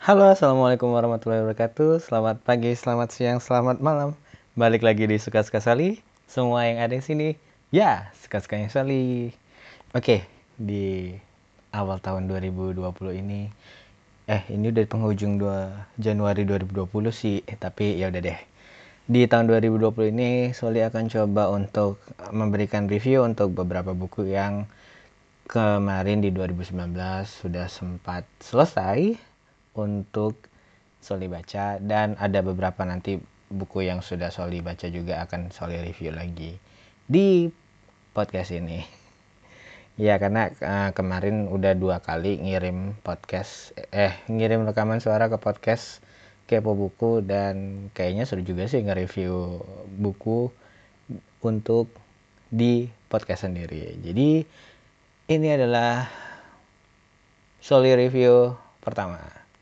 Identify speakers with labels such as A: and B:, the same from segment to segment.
A: Halo, assalamualaikum warahmatullahi wabarakatuh. Selamat pagi, selamat siang, selamat malam. Balik lagi di Suka-Suka Sali. Semua yang ada di sini, ya, suka-sukanya Sali. Oke, di awal tahun 2020 ini, ini udah di penghujung 2 Januari 2020 sih, tapi ya udah deh. Di tahun 2020 ini, Soli akan coba untuk memberikan review untuk beberapa buku yang kemarin di 2019 sudah sempat selesai untuk Soli baca, dan ada beberapa nanti buku yang sudah Soli baca juga akan Soli review lagi di podcast ini. Ya, karena kemarin udah 2 kali ngirim rekaman suara ke podcast Kepo Buku, dan kayaknya seru juga sih nge-review buku untuk di podcast sendiri. Jadi ini adalah Soli review pertama.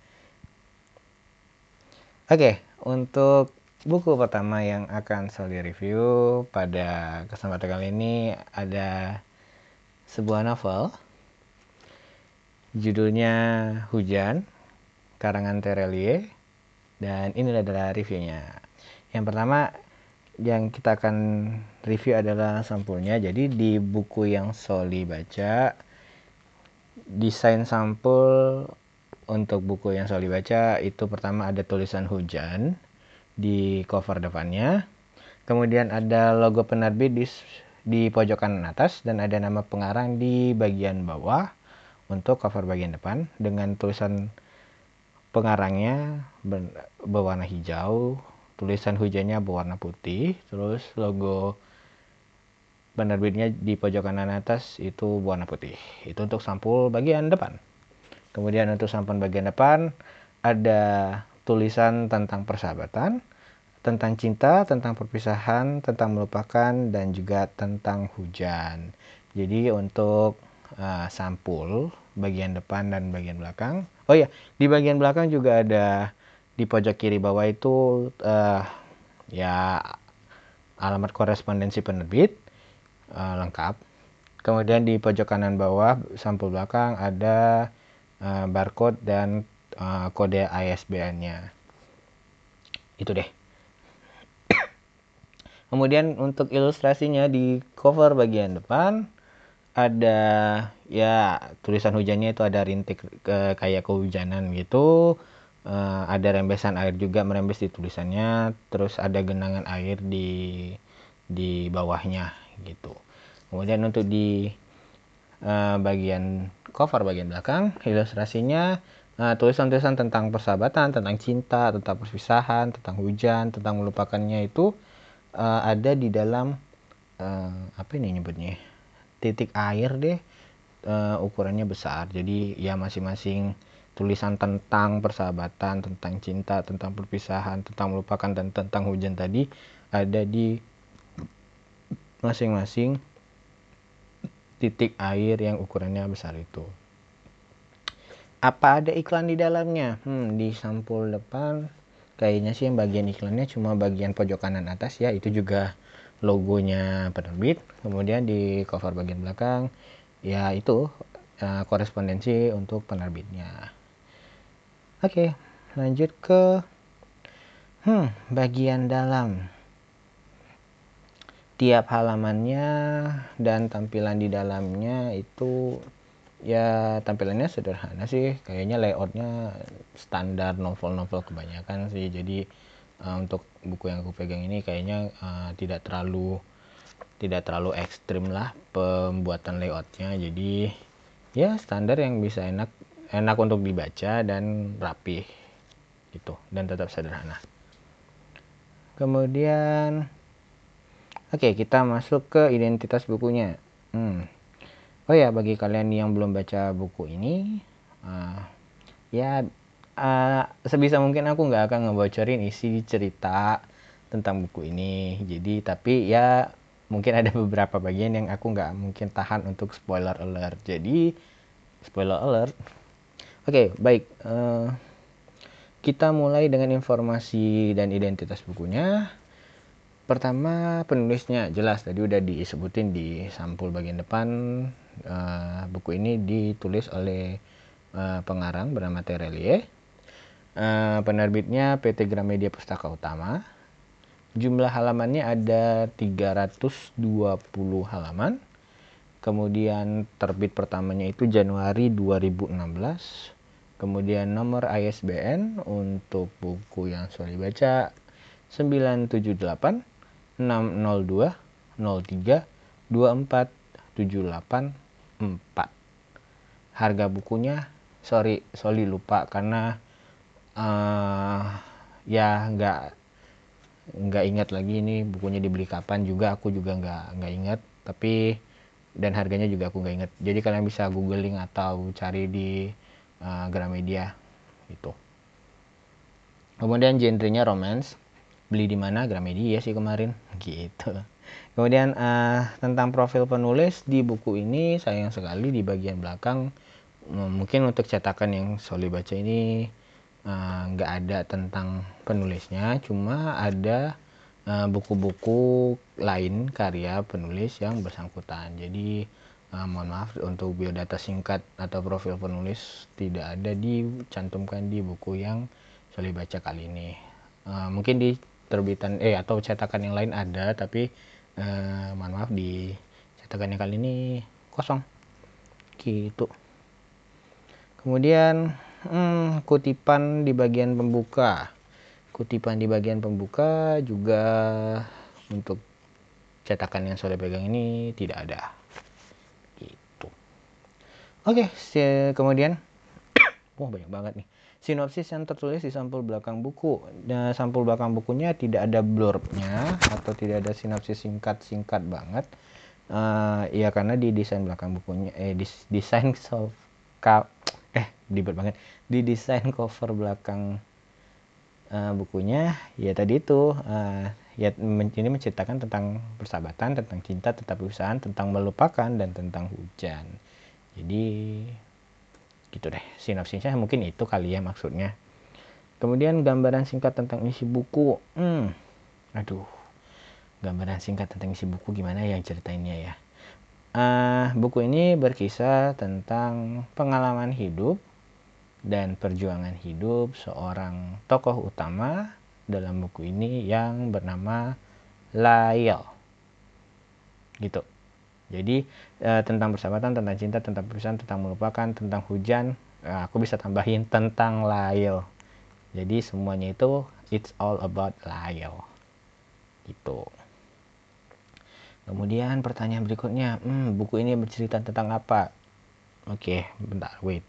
A: Oke, untuk buku pertama yang akan Soli review pada kesempatan kali ini ada sebuah novel. Judulnya Hujan, karangan Terelie, dan ini adalah reviewnya. Yang pertama yang kita akan review adalah sampulnya. Jadi di buku yang Soli baca, desain sampul untuk buku yang Soli baca itu pertama ada tulisan hujan di cover depannya. Kemudian ada logo penerbit di pojok kanan atas, dan ada nama pengarang di bagian bawah untuk cover bagian depan dengan tulisan pengarangnya berwarna hijau, tulisan hujannya berwarna putih, terus logo penerbitnya di pojok kanan atas itu berwarna putih. Itu untuk sampul bagian depan. Kemudian untuk sampul bagian depan ada tulisan tentang persahabatan, tentang cinta, tentang perpisahan, tentang melupakan, dan juga tentang hujan. Jadi untuk sampul bagian depan dan bagian belakang. Oh ya, di bagian belakang juga ada di pojok kiri bawah itu ya alamat korespondensi penerbit lengkap. Kemudian di pojok kanan bawah sampul belakang ada barcode dan kode ISBN-nya. Itu deh. Kemudian untuk ilustrasinya di cover bagian depan ada ya tulisan hujannya itu ada rintik kayak kehujanan gitu. Ada rembesan air juga merembes di tulisannya, terus ada genangan air di bawahnya gitu. Kemudian untuk di bagian cover bagian belakang ilustrasinya tulisan-tulisan tentang persahabatan, tentang cinta, tentang perpisahan, tentang hujan, tentang melupakannya itu ada di dalam apa ini nyebutnya, titik air deh. Ukurannya besar, jadi ya masing-masing tulisan tentang persahabatan, tentang cinta, tentang perpisahan, tentang melupakan, dan tentang hujan tadi ada di masing-masing titik air yang ukurannya besar itu. Apa ada iklan di dalamnya? Di sampul depan kayaknya sih yang bagian iklannya cuma bagian pojok kanan atas ya, itu juga logonya penerbit. Kemudian di cover bagian belakang ya itu korespondensi untuk penerbitnya. Oke, lanjut ke bagian dalam. Tiap halamannya dan tampilan di dalamnya itu ya tampilannya sederhana sih, kayaknya layoutnya standar novel-novel kebanyakan sih. Jadi untuk buku yang aku pegang ini kayaknya tidak terlalu ekstrim lah pembuatan layoutnya. Jadi ya standar yang bisa enak untuk dibaca dan rapi gitu, dan tetap sederhana. Kemudian oke, kita masuk ke identitas bukunya. Oh ya, bagi kalian yang belum baca buku ini, ya sebisa mungkin aku nggak akan ngebocorin isi cerita tentang buku ini. Jadi tapi ya mungkin ada beberapa bagian yang aku nggak mungkin tahan untuk spoiler alert. Jadi spoiler alert. Oke, baik. Kita mulai dengan informasi dan identitas bukunya. Pertama, penulisnya jelas tadi udah disebutin di sampul bagian depan. Buku ini ditulis oleh pengarang bernama Terelie. Penerbitnya PT Gramedia Pustaka Utama. Jumlah halamannya ada 320 halaman. Kemudian terbit pertamanya itu Januari 2016. Kemudian nomor ISBN untuk buku yang Soli baca 978 602 03 24784. Harga bukunya Soli lupa karena ya nggak ingat lagi ini bukunya dibeli kapan juga, aku juga nggak ingat, tapi dan harganya juga aku nggak ingat. Jadi kalian bisa googling atau cari di Gramedia gitu. Kemudian genrenya romance. Beli di mana? Gramedia sih kemarin gitu. Kemudian tentang profil penulis di buku ini, sayang sekali di bagian belakang mungkin untuk cetakan yang Soli baca ini nggak ada tentang penulisnya, cuma ada buku-buku lain karya penulis yang bersangkutan. Jadi mohon maaf untuk biodata singkat atau profil penulis tidak ada dicantumkan di buku yang Soli baca kali ini. Mungkin di terbitan atau cetakan yang lain ada, tapi mohon maaf di cetakan yang kali ini kosong gitu. Kemudian kutipan di bagian pembuka. Kutipan di bagian pembuka juga untuk cetakan yang Soli pegang ini tidak ada. Gitu. Oke, kemudian banyak banget nih. Sinopsis yang tertulis di sampul belakang buku. Dan sampul belakang bukunya tidak ada blurbnya atau tidak ada sinopsis singkat banget. Ya karena di desain belakang bukunya ribet banget. Di desain cover belakang bukunya ya tadi itu ya ini menceritakan tentang persahabatan, tentang cinta, tentang perusahaan, tentang melupakan, dan tentang hujan. Jadi gitu deh sinopsisnya, mungkin itu kali ya maksudnya. Kemudian gambaran singkat tentang isi buku. Gambaran singkat tentang isi buku gimana yang ceritainnya ya. Buku ini berkisah tentang pengalaman hidup dan perjuangan hidup seorang tokoh utama dalam buku ini yang bernama Lael gitu. Jadi tentang persahabatan, tentang cinta, tentang perusahaan, tentang melupakan, tentang hujan, aku bisa tambahin tentang Lael. Jadi semuanya itu it's all about Lael gitu. Kemudian pertanyaan berikutnya, buku ini bercerita tentang apa? Oke, bentar, wait.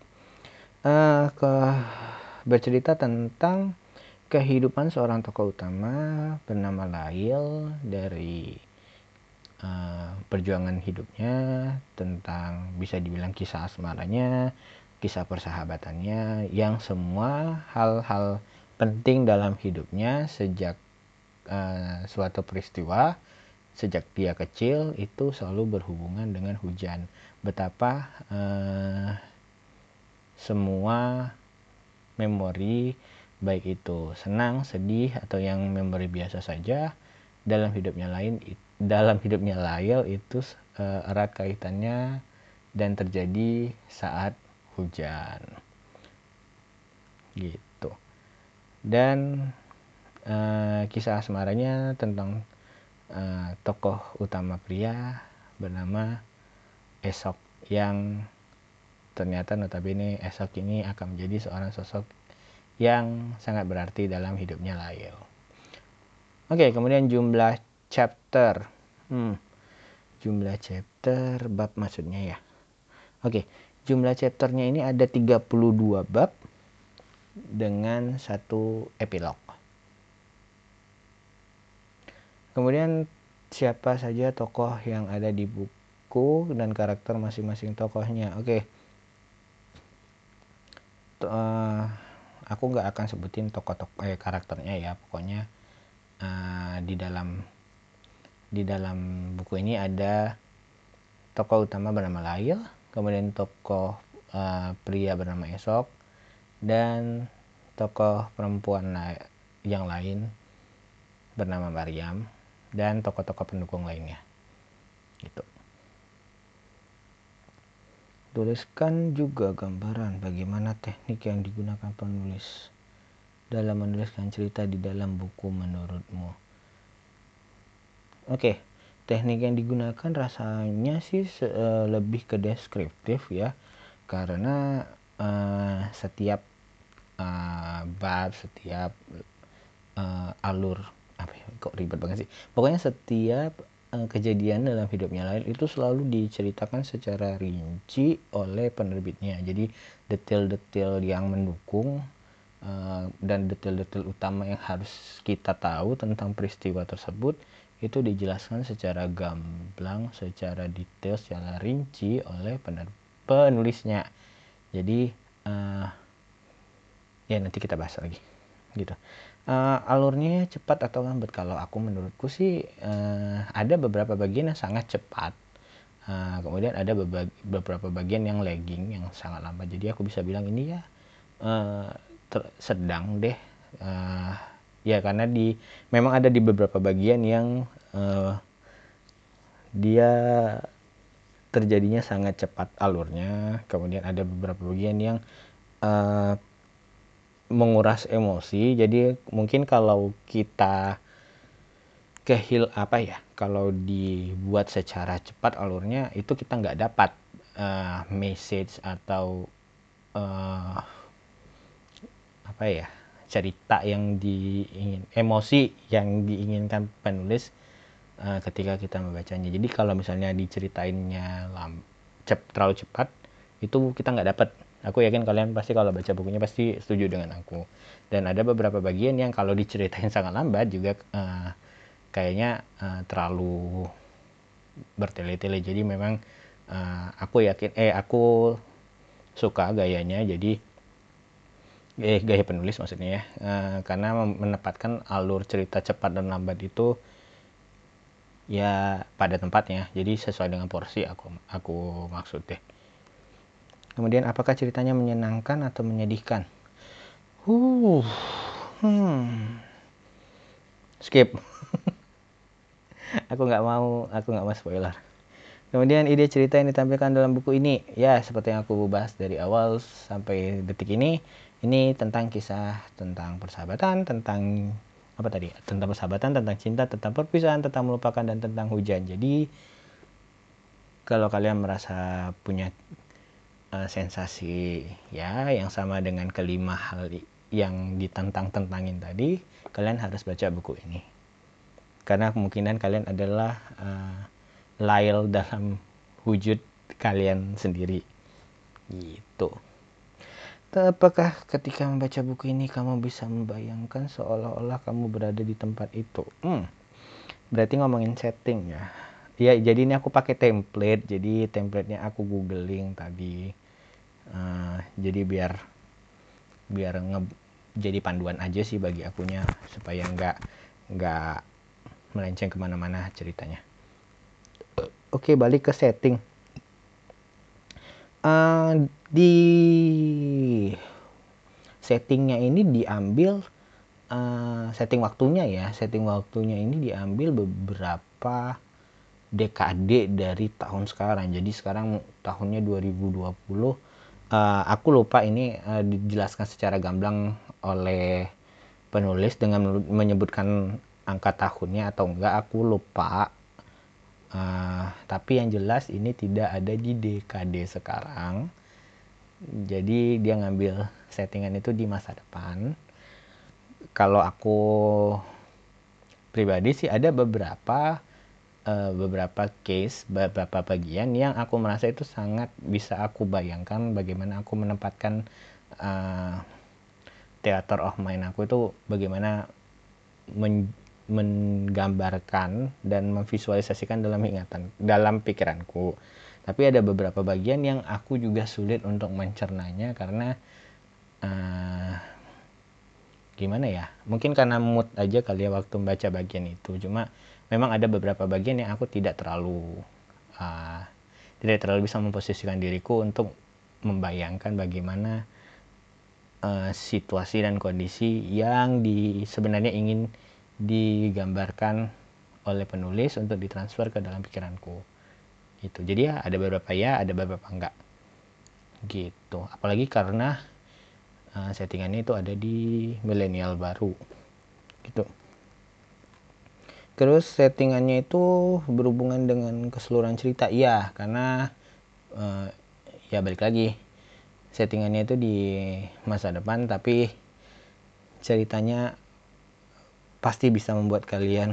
A: Bercerita tentang kehidupan seorang tokoh utama bernama Lail, dari perjuangan hidupnya, tentang bisa dibilang kisah asmaranya, kisah persahabatannya, yang semua hal-hal penting dalam hidupnya sejak suatu peristiwa, sejak dia kecil itu selalu berhubungan dengan hujan. Betapa semua memori, baik itu senang, sedih, atau yang memori biasa saja dalam hidupnya Lail itu erat kaitannya dan terjadi saat hujan gitu. Dan kisah asmaranya tentang tokoh utama pria bernama Esok, yang ternyata notabene Esok ini akan menjadi seorang sosok yang sangat berarti dalam hidupnya Lail. Oke, kemudian jumlah chapter. Jumlah chapter bab maksudnya ya. Oke, jumlah chapternya ini ada 32 bab dengan satu epilog. Kemudian siapa saja tokoh yang ada di buku dan karakter masing-masing tokohnya. Oke. Aku nggak akan sebutin tokoh-tokoh karakternya ya, pokoknya di dalam buku ini ada tokoh utama bernama Lail, kemudian tokoh pria bernama Esok, dan tokoh perempuan yang lain bernama Maryam, dan tokoh-tokoh pendukung lainnya gitu. Tuliskan juga gambaran bagaimana teknik yang digunakan penulis. dalam menuliskan cerita di dalam buku menurutmu? Oke, teknik yang digunakan rasanya sih lebih ke deskriptif ya, karena setiap bab, setiap alur, apa ya, kok ribet banget sih, pokoknya setiap kejadian dalam hidupnya Lail itu selalu diceritakan secara rinci oleh penerbitnya. Jadi detail-detail yang mendukung dan detail-detail utama yang harus kita tahu tentang peristiwa tersebut itu dijelaskan secara gamblang, secara detail, secara rinci oleh penulisnya. Jadi ya nanti kita bahas lagi gitu. Alurnya cepat atau lambat? Kalau aku menurutku sih ada beberapa bagian yang sangat cepat, kemudian ada beberapa bagian yang lagging, yang sangat lambat. Jadi aku bisa bilang ini ya sedang deh, ya karena memang ada di beberapa bagian yang dia terjadinya sangat cepat alurnya, kemudian ada beberapa bagian yang menguras emosi. Jadi mungkin kalau kita kalau dibuat secara cepat alurnya itu kita nggak dapat message atau cerita yang emosi yang diinginkan penulis ketika kita membacanya. Jadi kalau misalnya diceritainnya terlalu cepat, itu kita nggak dapat. Aku yakin kalian pasti kalau baca bukunya pasti setuju dengan aku. Dan ada beberapa bagian yang kalau diceritain sangat lambat juga kayaknya terlalu bertele-tele. Jadi memang aku suka gayanya. Jadi gaya penulis maksudnya ya, karena menempatkan alur cerita cepat dan lambat itu ya pada tempatnya, jadi sesuai dengan porsi aku maksud deh. Kemudian apakah ceritanya menyenangkan atau menyedihkan? Skip. aku nggak mau spoiler. Kemudian ide cerita yang ditampilkan dalam buku ini, ya seperti yang aku bahas dari awal sampai detik ini tentang kisah tentang persahabatan, tentang persahabatan, tentang cinta, tentang perpisahan, tentang melupakan, dan tentang hujan. Jadi kalau kalian merasa punya sensasi ya yang sama dengan kelima hal yang ditentang-tentangin tadi, kalian harus baca buku ini. Karena kemungkinan kalian adalah Lail dalam wujud kalian sendiri gitu. Apakah ketika membaca buku ini kamu bisa membayangkan seolah-olah kamu berada di tempat itu? Berarti ngomongin setting ya. Ya, jadi ini aku pakai template. Jadi templatenya aku googling tadi. Jadi biar jadi panduan aja sih bagi akunya supaya nggak melenceng kemana-mana ceritanya. Oke, balik ke setting. Di settingnya ini diambil setting waktunya ini diambil beberapa dekade dari tahun sekarang. Jadi sekarang tahunnya 2020. Aku lupa ini dijelaskan secara gamblang oleh penulis dengan menyebutkan angka tahunnya atau enggak, aku lupa. Tapi yang jelas ini tidak ada di dekade sekarang. Jadi dia ngambil settingan itu di masa depan. Kalau aku pribadi sih ada beberapa case, beberapa bagian yang aku merasa itu sangat bisa aku bayangkan bagaimana aku menempatkan theater of mind aku itu bagaimana menggambarkan dan memvisualisasikan dalam pikiranku. Tapi ada beberapa bagian yang aku juga sulit untuk mencernanya karena gimana ya, mungkin karena mood aja kali ya waktu membaca bagian itu. Cuma memang ada beberapa bagian yang aku tidak terlalu bisa memposisikan diriku untuk membayangkan bagaimana situasi dan kondisi yang sebenarnya ingin digambarkan oleh penulis untuk ditransfer ke dalam pikiranku gitu. Jadi ya ada beberapa enggak gitu. Apalagi karena settingannya itu ada di milenial baru gitu. Terus settingannya itu berhubungan dengan keseluruhan cerita, iya, karena ya balik lagi, settingannya itu di masa depan, tapi ceritanya pasti bisa membuat kalian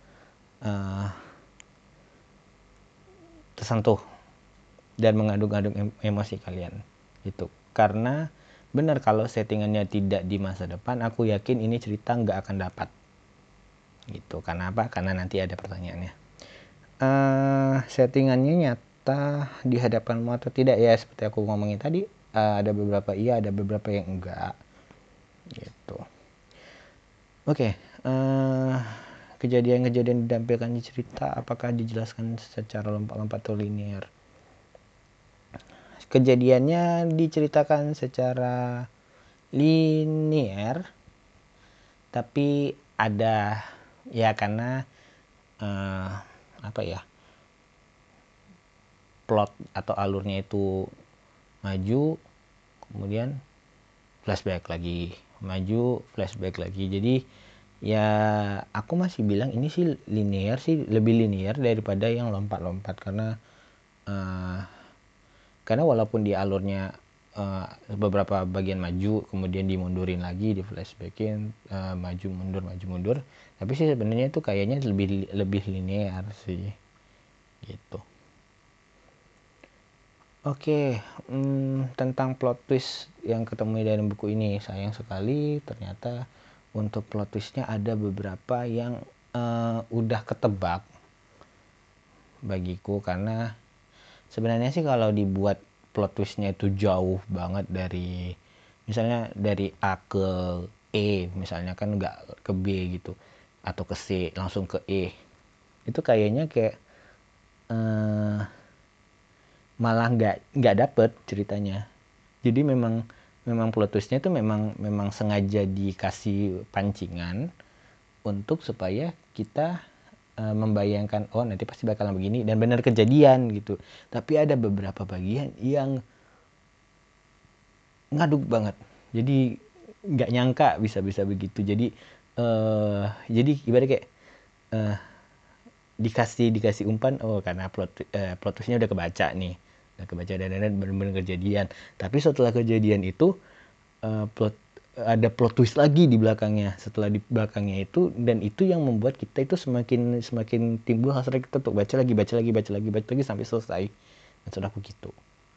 A: tersentuh dan mengaduk-aduk emosi kalian gitu. Karena benar, kalau settingannya tidak di masa depan, aku yakin ini cerita nggak akan dapat gitu. Karena apa? Karena nanti ada pertanyaannya. Settingannya nyata di hadapanmu atau tidak, ya seperti aku ngomongin tadi, ada beberapa iya, ada beberapa yang enggak gitu. Oke, kejadian-kejadian ditampilkan di cerita apakah dijelaskan secara lompat-lompat atau linear? Kejadiannya diceritakan secara linear, tapi ada ya, karena apa ya, plot atau alurnya itu maju, kemudian flashback lagi, maju, flashback lagi. Jadi ya aku masih bilang ini sih linear, sih lebih linear daripada yang lompat-lompat, karena walaupun di alurnya beberapa bagian maju kemudian dimundurin lagi, di flashbackin, maju mundur, tapi sih sebenarnya itu kayaknya lebih linear sih gitu. Oke, tentang plot twist yang ketemu dalam buku ini, sayang sekali ternyata untuk plot twistnya ada beberapa yang udah ketebak bagiku, karena sebenarnya sih kalau dibuat plot twistnya itu jauh banget dari, misalnya dari A ke E misalnya, kan nggak ke B gitu, atau ke C langsung ke E, itu kayaknya kayak malah nggak dapet ceritanya. Jadi memang plot twistnya itu memang sengaja dikasih pancingan untuk supaya kita membayangkan, oh nanti pasti bakalan begini, dan benar kejadian gitu. Tapi ada beberapa bagian yang ngaduk banget, jadi nggak nyangka bisa begitu. Jadi ibarat kayak dikasih umpan, oh karena plot twistnya udah kebaca nih, udah kebaca dan benar-benar kejadian. Tapi setelah kejadian itu ada plot twist lagi di belakangnya, setelah di belakangnya itu, dan itu yang membuat kita itu semakin timbul hasrat kita untuk baca lagi sampai selesai. Maksud aku gitu.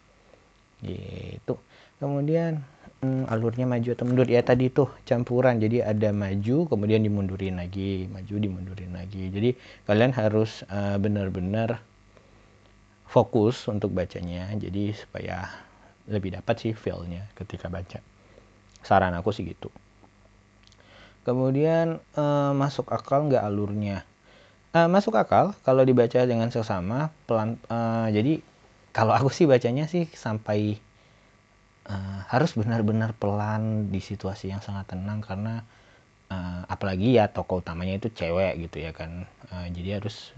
A: Kemudian alurnya maju atau mundur, ya tadi tuh campuran, jadi ada maju kemudian dimundurin lagi, maju dimundurin lagi. Jadi kalian harus benar-benar fokus untuk bacanya, jadi supaya lebih dapat sih feel-nya ketika baca. Saran aku sih gitu. Kemudian masuk akal nggak alurnya? Masuk akal kalau dibaca dengan seksama, pelan. Jadi kalau aku sih bacanya sih sampai harus benar-benar pelan di situasi yang sangat tenang, karena apalagi ya tokoh utamanya itu cewek gitu ya kan. Jadi harus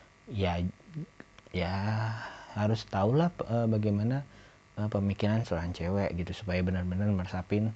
A: ya harus tahulah bagaimana pemikiran seorang cewek gitu, supaya benar-benar meresapin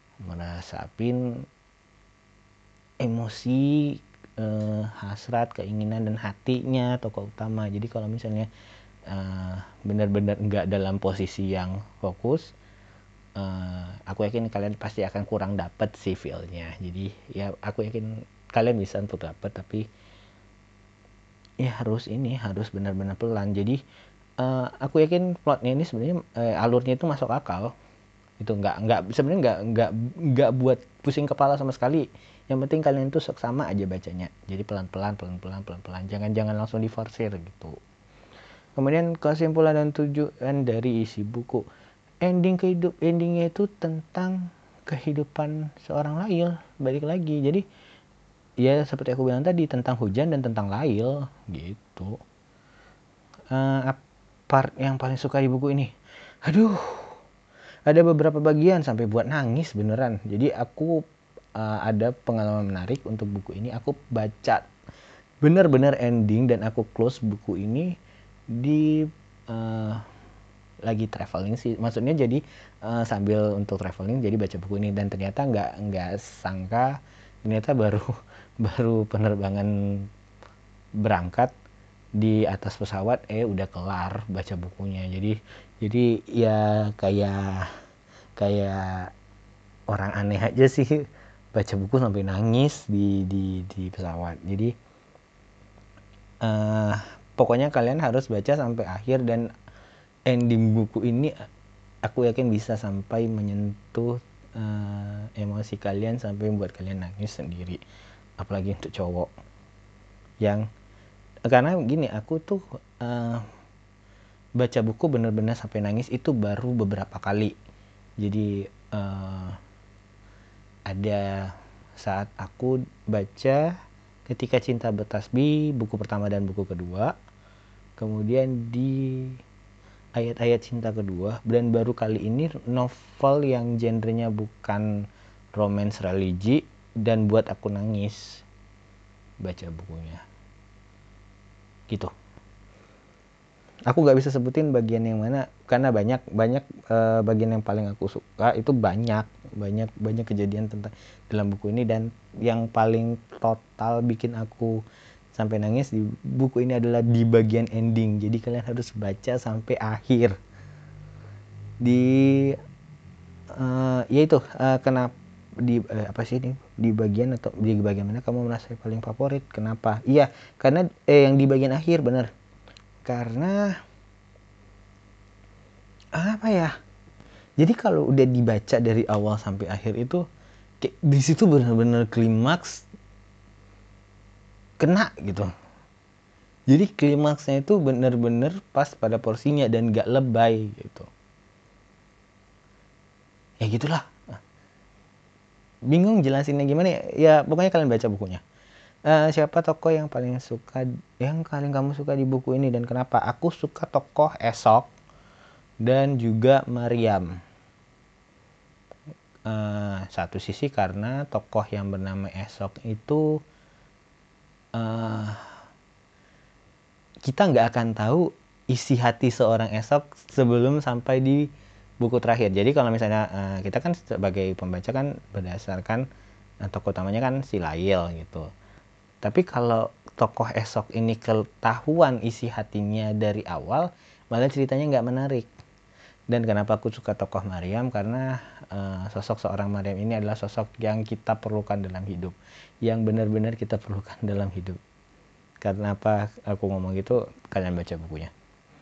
A: emosi, hasrat, keinginan dan hatinya tokoh utama. Jadi kalau misalnya benar-benar enggak dalam posisi yang fokus, aku yakin kalian pasti akan kurang dapet sih feel-nya. Jadi ya aku yakin kalian bisa untuk dapet, tapi ya harus benar-benar pelan. Jadi aku yakin plotnya ini sebenarnya alurnya itu masuk akal. Itu sebenarnya nggak buat pusing kepala sama sekali. Yang penting kalian tuh seksama aja bacanya. Jadi pelan-pelan, jangan langsung diforsir gitu. Kemudian kesimpulan dan tujuan dari isi buku. Endingnya itu tentang kehidupan seorang Lail, balik lagi. Jadi ya seperti aku bilang tadi, tentang hujan dan tentang Lail gitu. Part yang paling suka di buku ini, aduh, ada beberapa bagian sampai buat nangis beneran. Jadi aku ada pengalaman menarik untuk buku ini. Aku baca bener-bener ending dan aku close buku ini di lagi traveling sih, maksudnya jadi sambil untuk traveling jadi baca buku ini, dan ternyata nggak sangka ternyata baru baru penerbangan berangkat di atas pesawat udah kelar baca bukunya. Jadi ya kayak kayak orang aneh aja sih baca buku sampai nangis di pesawat. Jadi pokoknya kalian harus baca sampai akhir, dan ending buku ini aku yakin bisa sampai menyentuh emosi kalian sampai membuat kalian nangis sendiri, apalagi untuk cowok. Yang karena gini, aku tuh baca buku bener-bener sampai nangis itu baru beberapa kali. Jadi ada saat aku baca Ketika Cinta Bertasbih, buku pertama dan buku kedua, kemudian di ayat-ayat cinta kedua, dan baru kali ini novel yang genrenya bukan romance religi dan buat aku nangis baca bukunya gitu. Aku nggak bisa sebutin bagian yang mana karena banyak bagian yang paling aku suka itu banyak kejadian tentang dalam buku ini, dan yang paling total bikin aku sampai nangis di buku ini adalah di bagian ending. Jadi kalian harus baca sampai akhir. Kenapa apa sih ini di bagian atau di bagian mana kamu merasa paling favorit? Kenapa? Iya, karena yang di bagian akhir bener. Karena apa ya? Jadi kalau udah dibaca dari awal sampai akhir itu kayak di situ benar-benar klimaks kena gitu. Jadi klimaksnya itu benar-benar pas pada porsinya dan gak lebay gitu. Ya gitulah. Bingung jelasinnya gimana ya? Ya pokoknya kalian baca bukunya. Siapa tokoh yang paling kamu suka di buku ini dan kenapa? Aku suka tokoh Esok dan juga Maryam. Satu sisi karena tokoh yang bernama Esok itu kita nggak akan tahu isi hati seorang Esok sebelum sampai di buku terakhir. Jadi kalau misalnya kita kan sebagai pembaca kan berdasarkan tokoh utamanya kan si Lail gitu. Tapi kalau tokoh Esok ini ketahuan isi hatinya dari awal, malah ceritanya nggak menarik. Dan kenapa aku suka tokoh Maryam? Karena sosok seorang Maryam ini adalah sosok yang kita perlukan dalam hidup, yang benar-benar kita perlukan dalam hidup. Karena apa aku ngomong gitu? Kalian baca bukunya.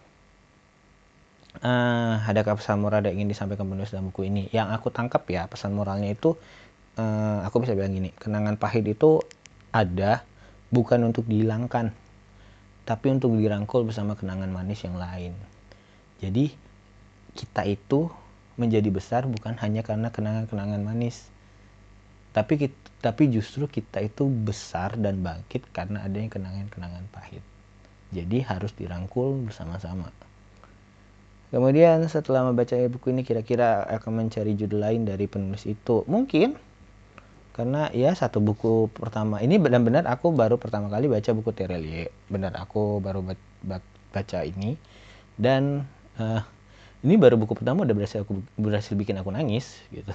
A: Adakah pesan moral yang ingin disampaikan penulis dalam buku ini? Yang aku tangkap ya, pesan moralnya itu aku bisa bilang gini, kenangan pahit itu ada bukan untuk dihilangkan, tapi untuk dirangkul bersama kenangan manis yang lain. Jadi kita itu menjadi besar bukan hanya karena kenangan-kenangan manis, tapi justru kita itu besar dan bangkit karena adanya kenangan-kenangan pahit. Jadi harus dirangkul bersama-sama. Kemudian setelah membaca buku ini, kira-kira akan mencari judul lain dari penulis itu? Mungkin, karena ya satu buku pertama ini benar-benar aku baru pertama kali baca buku Terelie. Benar, aku baru baca ini, dan ini baru buku pertama udah berhasil bikin aku nangis gitu.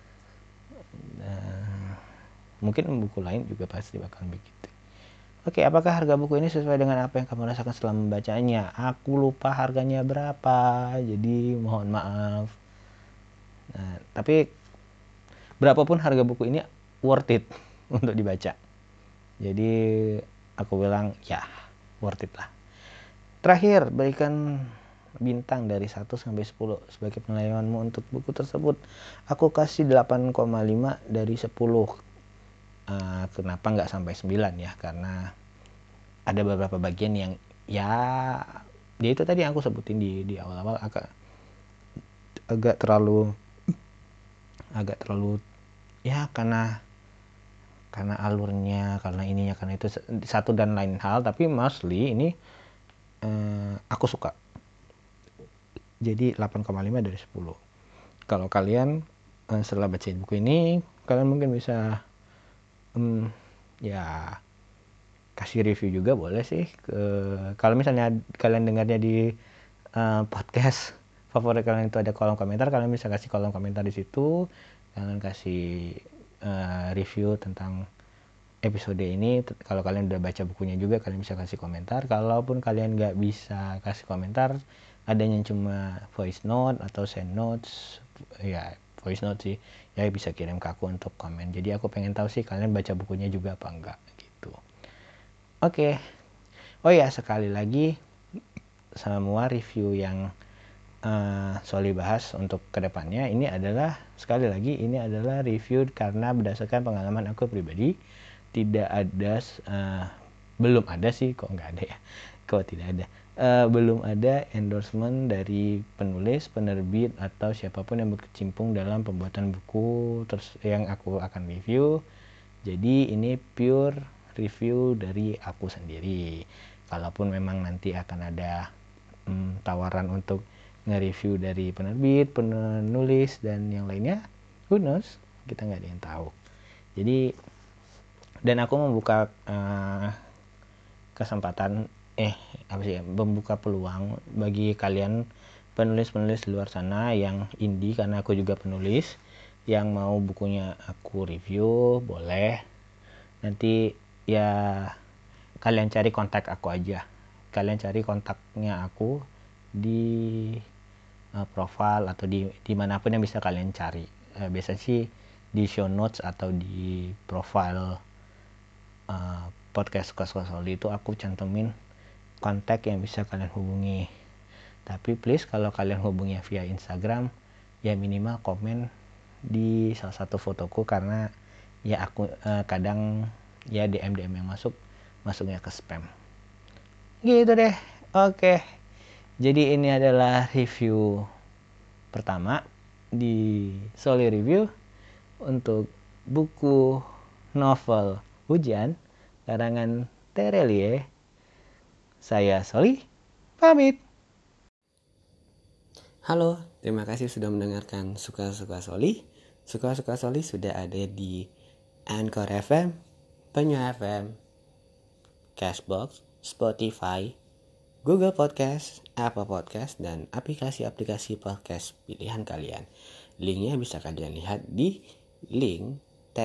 A: Mungkin buku lain juga pasti bakal begitu. Oke, apakah harga buku ini sesuai dengan apa yang kamu rasakan setelah membacanya? Aku lupa harganya berapa, jadi mohon maaf. Nah, tapi berapapun harga buku ini worth it untuk dibaca. Jadi aku bilang ya worth it lah. Terakhir, berikan bintang dari 1 sampai 10 sebagai penilaianmu untuk buku tersebut. Aku kasih 8,5 dari 10. Kenapa nggak sampai 9 ya? Karena ada beberapa bagian yang ya itu tadi yang aku sebutin di awal-awal agak terlalu ya karena alurnya, karena ininya, karena itu satu dan lain hal, tapi mostly ini aku suka. Jadi 8,5 dari 10. Kalau kalian setelah bacain buku ini, kalian mungkin bisa ya kasih review juga boleh sih. Kalau misalnya kalian dengarnya di podcast favorit kalian itu ada kolom komentar, kalian bisa kasih kolom komentar di situ, kalian kasih review tentang episode ini. Kalau kalian udah baca bukunya juga, kalian bisa kasih komentar. Kalaupun kalian nggak bisa kasih komentar, adanya cuma voice note atau send notes, ya voice note sih, ya bisa kirim ke aku untuk komen. Jadi aku pengen tahu sih kalian baca bukunya juga apa enggak gitu. Oke. Oh ya, sekali lagi semua review yang Soli bahas untuk kedepannya ini adalah, sekali lagi, ini adalah review karena berdasarkan pengalaman aku pribadi. Tidak ada belum ada sih, kok nggak ada ya, kok tidak ada, belum ada endorsement dari penulis, penerbit, atau siapapun yang berkecimpung dalam pembuatan buku terus yang aku akan review. Jadi ini pure review dari aku sendiri. Kalaupun memang nanti akan ada tawaran untuk nge-review dari penerbit, penulis, dan yang lainnya, who knows, kita nggak ada yang tahu. Jadi, dan aku membuka kesempatan membuka peluang bagi kalian penulis-penulis di luar sana yang indie, karena aku juga penulis, yang mau bukunya aku review, boleh. Nanti ya kalian cari kontak aku aja, kalian cari kontaknya aku di profile atau di dimanapun yang bisa kalian cari. Biasanya sih di show notes atau di profile podcast Suka-Suka Soli itu aku cantumin kontak yang bisa kalian hubungi. Tapi please kalau kalian hubungi via Instagram, ya minimal komen di salah satu fotoku, karena ya aku kadang ya DM yang masuknya ke spam. Gitu deh. Oke. Jadi ini adalah review pertama di Soli Review untuk buku novel Hujan karangan Terelie. Saya Soli, pamit.
B: Halo, terima kasih sudah mendengarkan Suka-Suka Soli. Suka-Suka Soli sudah ada di Anchor FM, Penyu FM, Cashbox, Spotify, Google Podcast, Apple Podcast, dan aplikasi-aplikasi podcast pilihan kalian. Linknya bisa kalian lihat di link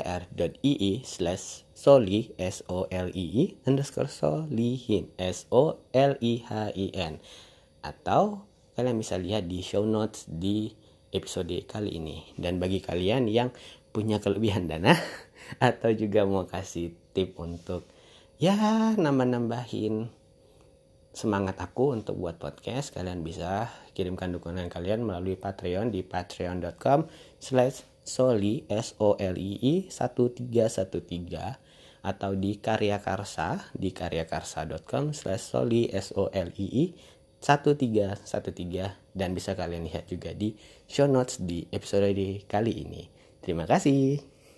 B: tr.ee/solii _solihin SOLIHIN, atau kalian bisa lihat di show notes di episode kali ini. Dan bagi kalian yang punya kelebihan dana atau juga mau kasih tip untuk ya nambahin semangat aku untuk buat podcast, kalian bisa kirimkan dukungan kalian melalui Patreon di patreon.com/solii 1313, atau di Karya Karsa di karyakarsa.com/solii 1313, dan bisa kalian lihat juga di show notes di episode kali ini. Terima kasih.